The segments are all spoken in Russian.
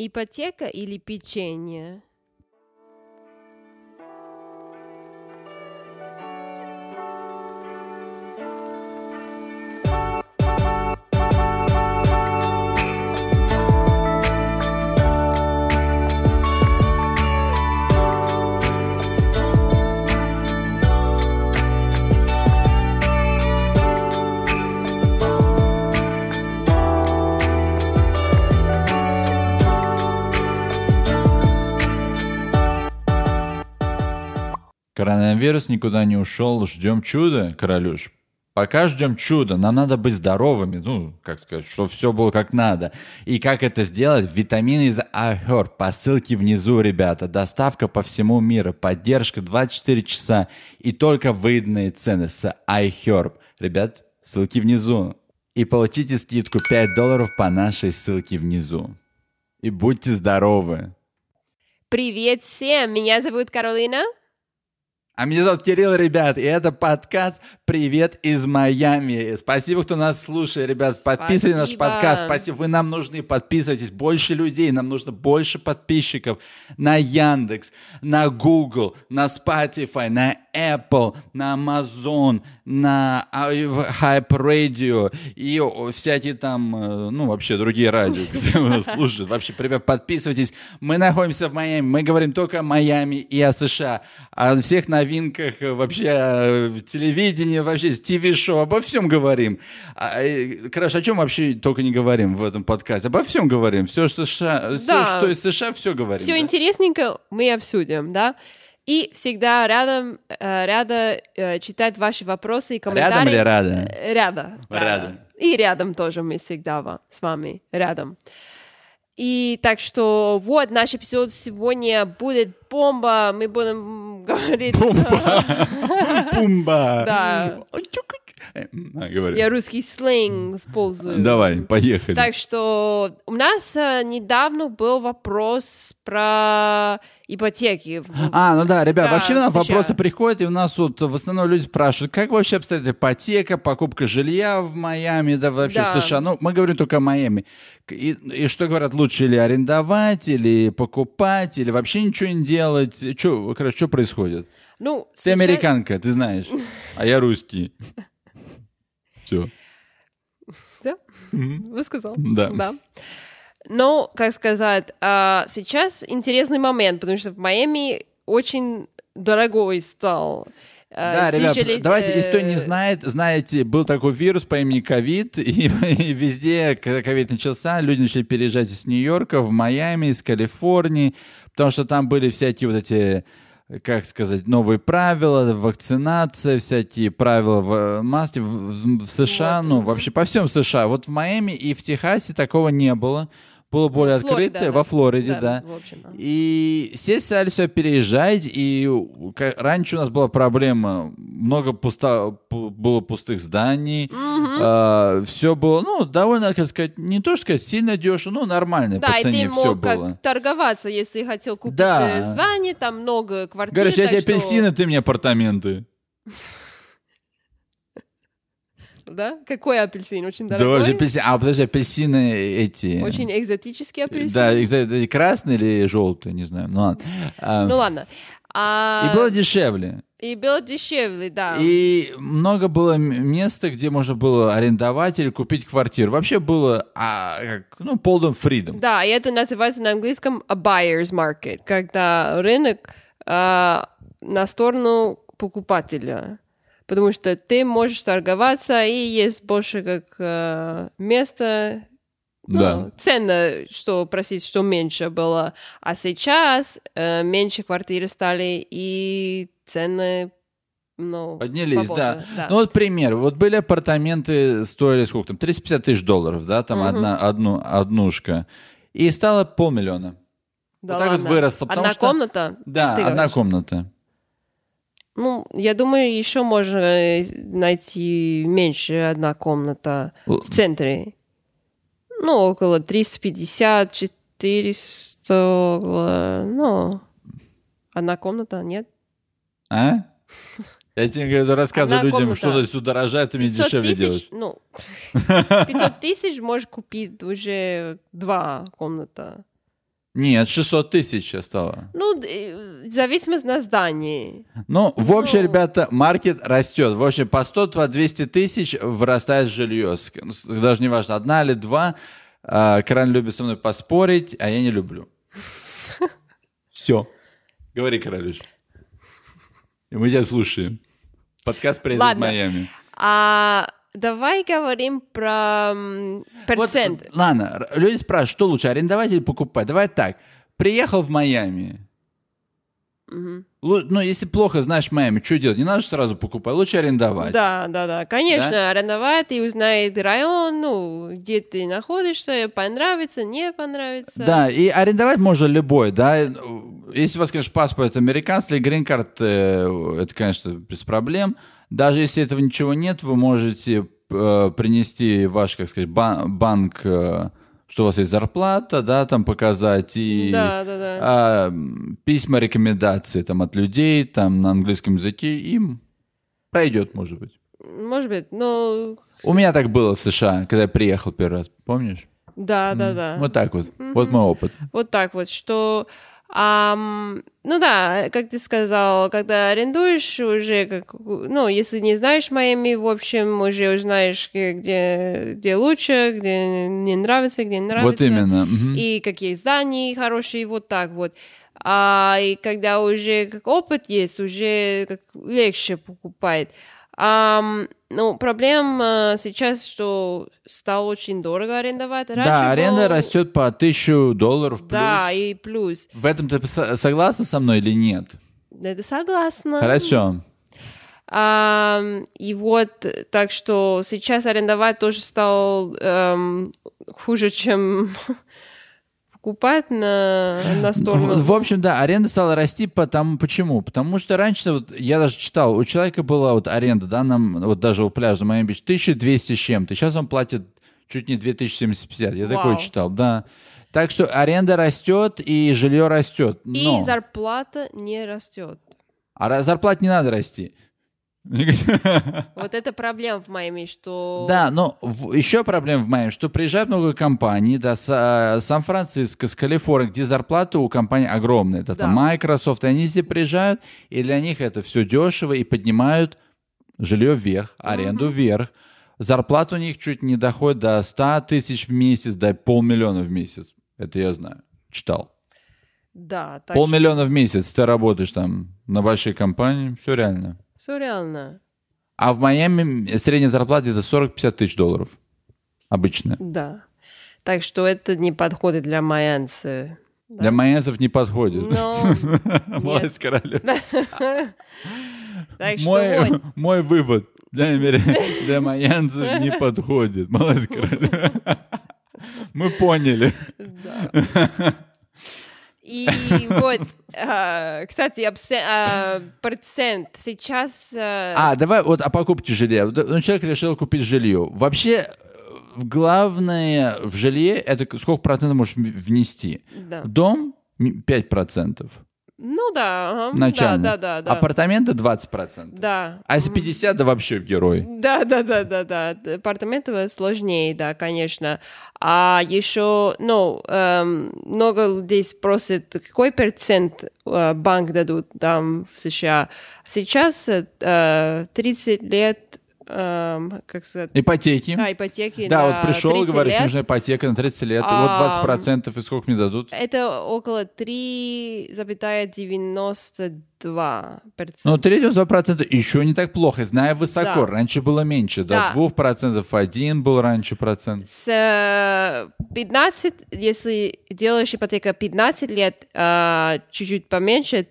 Ипотека или печенье? Коронавирус никуда не ушел, ждем чуда, Королюш. Пока ждем чуда, нам надо быть здоровыми, чтобы все было как надо. И как это сделать? Витамины из iHerb по ссылке внизу, ребята. Доставка по всему миру, поддержка 24 часа и только выданные цены с iHerb. Ребят, ссылки внизу. И получите скидку $5 по нашей ссылке внизу. И будьте здоровы. Привет всем, меня зовут Каролина. А меня зовут Кирилл, ребят, и это подкаст «Привет из Майами». Спасибо, кто нас слушает, ребят. Подписывайтесь на наш подкаст. Спасибо, вы нам нужны. Подписывайтесь. Больше людей, нам нужно больше подписчиков на Яндекс, на Google, на Spotify, на Apple, на Amazon, на Hype Radio и всякие там, вообще другие радио, где вы нас слушают. Вообще, ребят, подписывайтесь. Мы находимся в Майами, мы говорим только о Майами и о США, о всех новинках, вообще в телевидении, вообще с ТВ-шоу, обо всем говорим. Короче, о чем вообще только не говорим в этом подкасте? Обо всем говорим. Все, что из США, все говорим. Все интересненько мы обсудим, да? И всегда рада читать ваши вопросы и комментарии. Рядом или рада? Рада. И рядом тоже мы всегда с вами рядом. И так что вот наш эпизод сегодня будет бомба. Мы будем говорить... Бомба! Да. Я русский сленг использую. Давай, поехали. Так что у нас недавно был вопрос про ипотеки. Ребят, вообще нам вопросы приходят, и у нас тут в основном люди спрашивают, как вообще обстоит ипотека, покупка жилья в Майами, вообще в США. Мы говорим только о Майами. И что говорят, лучше или арендовать, или покупать, или вообще ничего не делать? Что происходит? Ты американка, ты знаешь, а я русский. Все. Все? Высказал? Да. Но, как сказать, сейчас интересный момент, потому что в Майами очень дорогой стал. Да, ребят, давайте, если кто не знает, знаете, был такой вирус по имени ковид, и везде, когда ковид начался, люди начали переезжать из Нью-Йорка в Майами, из Калифорнии, потому что там были всякие вот эти... как сказать, новые правила, вакцинация, всякие правила в маске в США, вообще по всем США. Вот в Майами и в Техасе такого не было. Было более открытое, во Флориде, да. И все стали сюда переезжать, и раньше у нас была проблема, много было пустых зданий, все было, довольно, как сказать, не то, что сказать, сильно дешево, нормально по цене все было. Да, и ты мог торговаться, если хотел купить здание, там много квартир. Говоришь, я тебе апельсины, ты мне апартаменты. Да? Какой апельсин? Очень дорогой? Да, апельсин. Подожди, апельсины эти... Очень экзотические апельсины? Да, красные или желтые, не знаю. Ладно. И было дешевле. Да. И много было места, где можно было арендовать или купить квартиру. Вообще было, полный freedom. Да, и это называется на английском a buyer's market, когда рынок на сторону покупателя. Потому что ты можешь торговаться, и есть больше как место, ценно, что просить, что меньше было. А сейчас меньше квартиры стали, и цены поднялись, побольше, да. Вот пример. Вот были апартаменты, стоили сколько там? $350 тысяч, да, там однушка. И стало $500 000. Да, вот так вот выросло. Одна комната? Да, одна комната. Я думаю, еще можно найти меньше одна комната в центре. Около 350-400, одна комната, нет? Я тебе рассказываю людям, что все дорожает, ты мне дешевле делаешь. 500 тысяч можешь купить уже 2 комнаты. Нет, 600 тысяч сейчас стало. Ну, зависимость на здании. Ну, в общем, ребята, маркет растет. В общем, по 100, по 200 тысяч вырастает жилье. Даже не важно, одна или два. Каролина любит со мной поспорить, а я не люблю. Все. Говори, Каролюш. И мы тебя слушаем. Подкаст «Приезд в Майами». Давай говорим про процент. Вот, ладно, люди спрашивают, что лучше, арендовать или покупать? Давай так. Приехал в Майами. Угу. Ну, если плохо знаешь Майами, что делать? Не надо сразу покупать, лучше арендовать. Да. Конечно, арендовать и узнать район, ну, где ты находишься, понравится, не понравится. Да, и арендовать можно любой, да. Если у вас, конечно, паспорт американский или грин-карт, это, конечно, без проблем. Даже если этого ничего нет, вы можете принести ваш, как сказать, банк, что у вас есть зарплата, да, там показать, и письма рекомендации там, от людей там, на английском языке, им пройдет, может быть. Может быть, но... У меня так было в США, когда я приехал первый раз, помнишь? Да. Вот так вот, вот мой опыт. Вот так вот, что... ну да, как ты сказал, когда арендуешь уже, ну, если не знаешь Майами, в общем, уже узнаешь, где лучше, где не нравится, где не нравится. Вот именно. И какие здания хорошие, вот так вот. И когда уже как опыт есть, уже как легче покупать. Ну, проблема сейчас, что стало очень дорого арендовать. Да, аренда растет по $1000 плюс. Да, и плюс. В этом ты согласна со мной или нет? Это согласна. Хорошо. И вот, так что сейчас арендовать тоже стало хуже, чем покупать на сторону. В общем, да, аренда стала расти, почему? Потому что раньше, вот, я даже читал, у человека была вот аренда, да, нам, вот даже у пляжа Майами-Бич, 1200 с чем-то. Сейчас он платит чуть не 2750. Я такое читал, да. Так что аренда растет, и жилье растет. Но... И зарплата не растет. А зарплат не надо расти. Вот это проблема в Майами, что... Да, но еще проблема в Майами, что приезжает много компаний, да, с Сан-Франциско, с Калифорнии, где зарплаты у компаний огромные. Это там Microsoft, и они здесь приезжают, и для них это все дешево, и поднимают жилье вверх, аренду вверх. Зарплата у них чуть не доходит до 100 тысяч в месяц, до 500 000 в месяц. Это я знаю, читал. Да. 500 000 в месяц, ты работаешь там на большие компании, все реально. Все реально. А в Майами средняя зарплата это 40-50 тысяч долларов. Обычно. Да. Так что это не подходит для майянцев. Да? Для майянцев не подходит. Молодец, Королев. Так что вот. Мой вывод. Для майянцев не подходит. Молодец, Королев. Мы поняли. Да. И вот, кстати, процент сейчас... давай вот о покупке жилья. Ну, человек решил купить жилье. Вообще, главное в жилье, это сколько процентов можешь внести. Да. Дом 5%. Ну да. Начально. Да. Апартаменты 20%. Да. А если 50, да вообще герой. Да. Апартаменты сложнее, да, конечно. А еще, много людей спросят, какой процент банк дадут там в США. Сейчас 30 лет, как сказать... Ипотеки. Ипотеки. Да, вот пришел, говоришь, лет. нужна ипотека на 30 лет. Вот 20%, и сколько мне дадут? Это около 3,92%. Ну, 3,92% еще не так плохо, знаю высоко. Да. Раньше было меньше, до 2%, 1 был раньше процент. С 15, если делаешь ипотека 15 лет, чуть-чуть поменьше,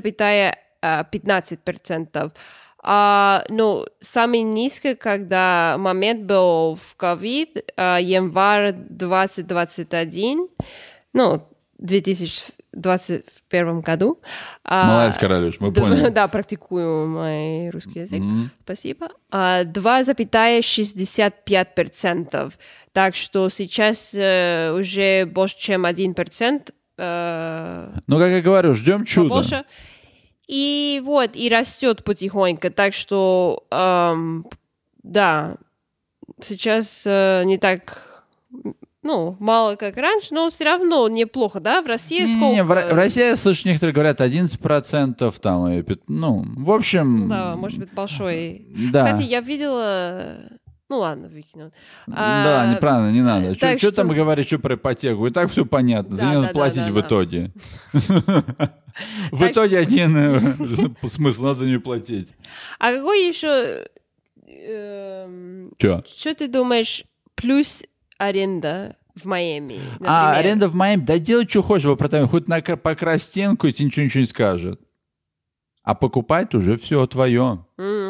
3,15%. Ну, самый низкий, когда момент был в ковид, январь 2021, 2021 году. Молодец, Королюш, мы поняли. Да, практикую мой русский язык. Спасибо. 2,65%. Так что сейчас уже больше, чем 1%. Ну, как я говорю, ждем чуда. Побольше. И вот, и растет потихоньку. Так что, да, сейчас не так ну, мало как раньше, но все равно неплохо, да? В России сколько? Не, в России, я слышу, некоторые говорят 11%, там, ну, в общем... Да, может быть, большой. Да. Кстати, я видела... Ну ладно, выкину. Да, неправильно, не надо. Что там говорить, что про ипотеку? И так все понятно. За нее надо платить в итоге. В итоге один смысл, надо за нее платить. А какой еще... Что ты думаешь, плюс аренда в Майами? Аренда в Майами? Да делай, что хочешь в апартаменте. Хоть покрась стенку, и тебе ничего не скажет. А покупать уже все твое.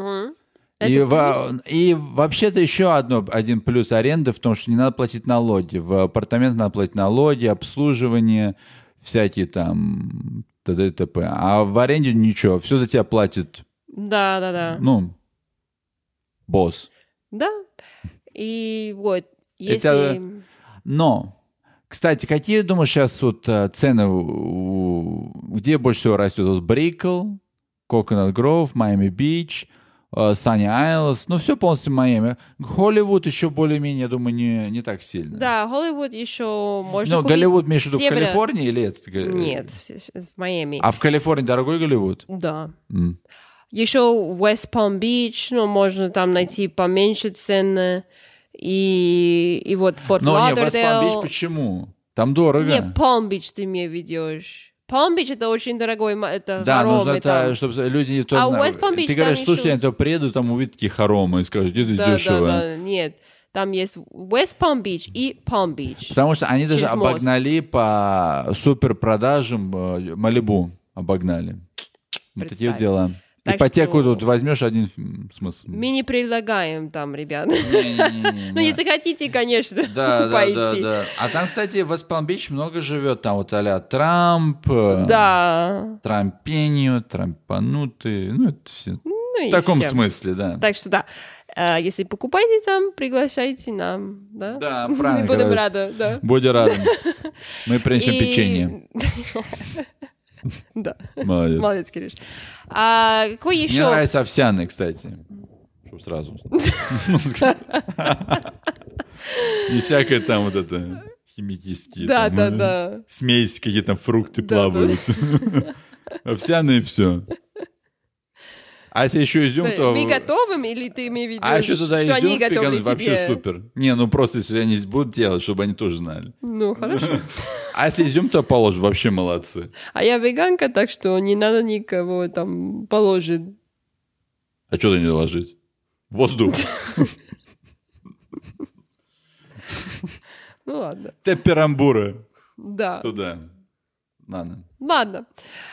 И вообще-то еще один плюс аренды в том, что не надо платить налоги. В апартамент надо платить налоги, обслуживание, всякие там т.д. и т.п. А в аренде ничего, все за тебя платит. Да. Ну, босс. Да. И вот, если... Но, кстати, какие, думаешь, сейчас вот цены, где больше всего растет? Вот Брикл, Coconut Grove, Майами-Бич, Sunny Isles, ну все полностью Майами. Холливуд еще более-менее, я думаю, не так сильно. Да, Холливуд еще можно купить. Но Голливуд, имеешь в виду, в Калифорнии или это? Нет, в Майами. А в Калифорнии дорогой Голливуд? Да. Еще West Palm Beach, ну, можно там найти поменьше цены. И вот Форт Лодердейл. Но не, West Palm Beach почему? Там дорого. Не, Palm Beach ты мне ведешь. Palm Beach это очень дорогой, это да, хоромы. Да, нужно это, чтобы люди... West Palm Beach ты говоришь, слушай, еще... я то приеду, там увидят такие хоромы, и скажут, где ты дешево. Да, нет. Там есть West Palm Beach и Palm Beach. Потому что они даже обогнали по суперпродажам Малибу. Обогнали. Вот такие дела. Так ипотеку что... тут возьмешь один смысл. Мы не предлагаем там, ребят. Ну, если хотите, конечно, покупайте. Да. А там, кстати, в West Palm Beach много живет. Там вот а-ля Трамп, Трампению, Трампанутые. Ну, это все. В таком смысле, да. Так что да. Если покупаете там, приглашайте нам. Да, да, правильно. Будем рады. Да. Будем рады. Мы принесем печенье. Да. Молодец, Кирюш. А какой еще? Мне нравится овсяный, кстати. Чтобы сразу. Не всякое там вот это химические. Да. Смесь, какие там фрукты плавают. Овсяные все. А если еще изюм, то... Мы готовим или ты имеешь в виду, а еще туда что изюм они готовили тебе? Вообще супер. Не, ну просто если они будут делать, чтобы они тоже знали. Ну, хорошо. А если изюм то положишь, вообще молодцы. А я веганка, так что не надо никого там положить. А что ты не ложить? Воздух. Ну ладно. Темперамбура. Да. Туда. Ладно.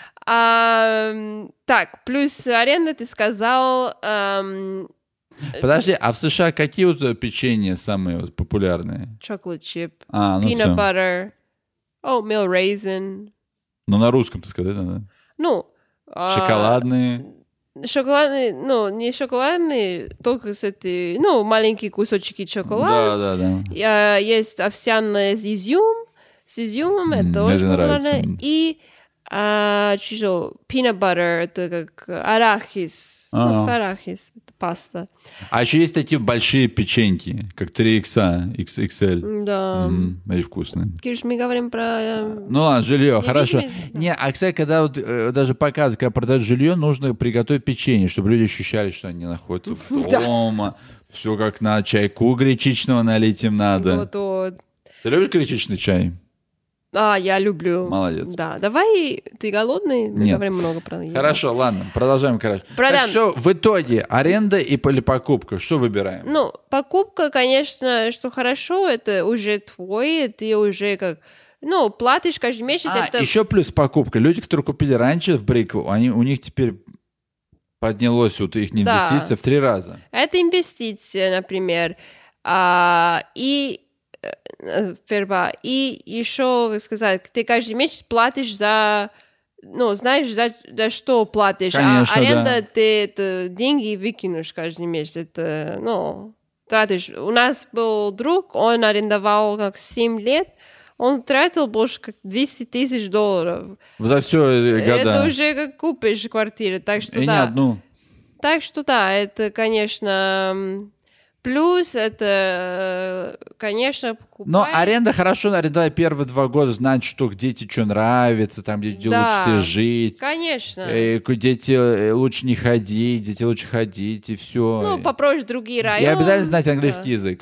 Так, плюс аренда, ты сказал... Подожди, а в США какие вот печенья самые вот популярные? Chocolate chip, ну peanut butter, oatmeal raisin. Ну, на русском ты сказать, да? Ну... Шоколадные. Шоколадные, ну, не шоколадные, только с этой, ну, маленькие кусочки шоколада. Да. Есть овсяное с изюмом, это очень популярно. И что, peanut butter, это как арахис, с арахис, это паста. А еще есть такие большие печеньки, как 3X, XXL. Да. Они вкусные. Кирюш, мы говорим про... Ну ладно, жилье, хорошо. Не, а, кстати, когда вот даже показывают, когда продают жилье, нужно приготовить печенье, чтобы люди ощущали, что они находятся дома. Все как на чайку гречичного налить им надо. Вот. Ты любишь гречичный чай? Я люблю. Молодец. Да, давай, ты голодный? Мы говорим много про еду. Хорошо, ладно, продолжаем, короче. Так что в итоге аренда или покупка, что выбираем? Ну, покупка, конечно, что хорошо, это уже твой, ты уже как, ну, платишь каждый месяц. Это... еще плюс покупка. Люди, которые купили раньше в Брикл, у них теперь поднялось вот их инвестиция в 3 раза. Это инвестиция, например. И еще, как сказать, ты каждый месяц платишь за, ну, знаешь, за что платишь. Конечно, аренда, ты это деньги выкинешь каждый месяц. Это, ну, тратишь. У нас был друг, он арендовал как 7 лет, он тратил больше как $200 000. За все года. Это уже как купишь квартиру, так что И да. не одну. Так что да, это, конечно... Плюс это, конечно, покупать... Но аренда хорошо, арендовать первые 2 года, знать, что где тебе что нравится, там, где лучше тебе жить. Конечно. Где тебе лучше не ходить, где тебе лучше ходить, и все. Ну, попроще другие районы. И обязательно знать английский язык.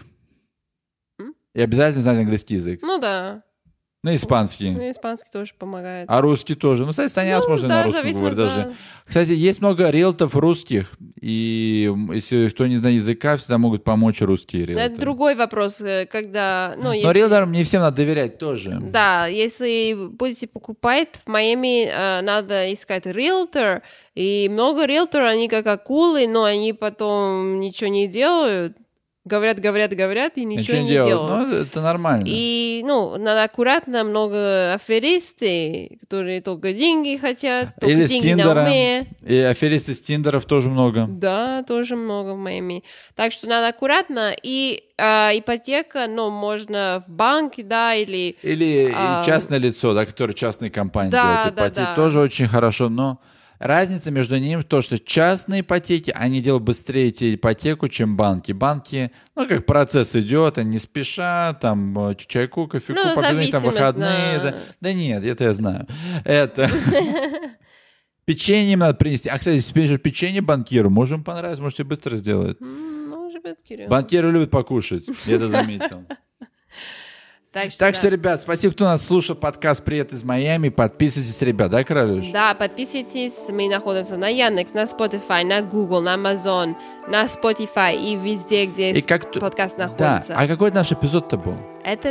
И обязательно знать английский язык. Ну, да. Ну, испанский. Ну, испанский тоже помогает. А русский тоже. Ну, кстати, Станяс можно на русском говорить даже. Кстати, есть много риэлторов русских, и если кто не знает языка, всегда могут помочь русские риэлторы. Это другой вопрос, когда... Но риэлторам не всем надо доверять тоже. Да, если будете покупать, в Майами надо искать риэлтор, и много риэлторов, они как акулы, но они потом ничего не делают. Говорят, и ничего не делают. Ну, это нормально. И, надо аккуратно, много аферисты, которые только деньги хотят, только или деньги на уме. И аферисты с Тиндеров тоже много. Да, тоже много в Майами. Так что надо аккуратно. И ипотека, можно в банке, да, или... Или частное лицо, да, которое частные компании делают ипотеку. Тоже очень хорошо, но... Разница между ними в том, что частные ипотеки, они делают быстрее тебе ипотеку, чем банки. Банки, как процесс идет, они не спешат, там, чайку, кофейку, поговорить, там, выходные. Да нет, это я знаю. Это... Печенье им надо принести. А, кстати, если принесешь печенье банкиру, может, им понравится, может, тебе быстро сделают. Банкиры любят покушать, я это заметил. Так что, ребят, спасибо, кто нас слушал. Подкаст «Привет из Майами». Подписывайтесь, ребят, да, Королюш? Да, подписывайтесь. Мы находимся на Яндекс, на Spotify, на Google, на Amazon, на Spotify и везде, где подкаст находится. Да. А какой наш эпизод-то был? Это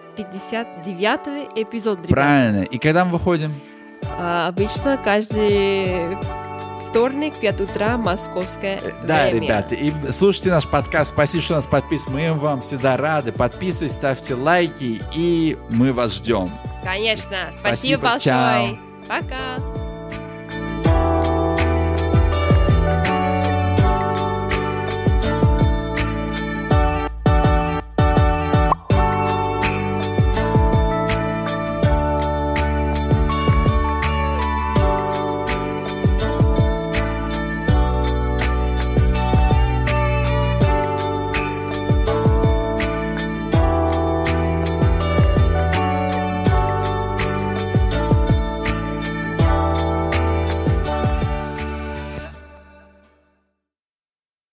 59-й эпизод, ребят. Правильно. И когда мы выходим? Обычно каждый... вторник, 5 утра, московское время. Да, ребята, и слушайте наш подкаст. Спасибо, что нас подписываете. Мы вам всегда рады. Подписывайтесь, ставьте лайки, и мы вас ждем. Конечно. Спасибо большое. Чао. Пока.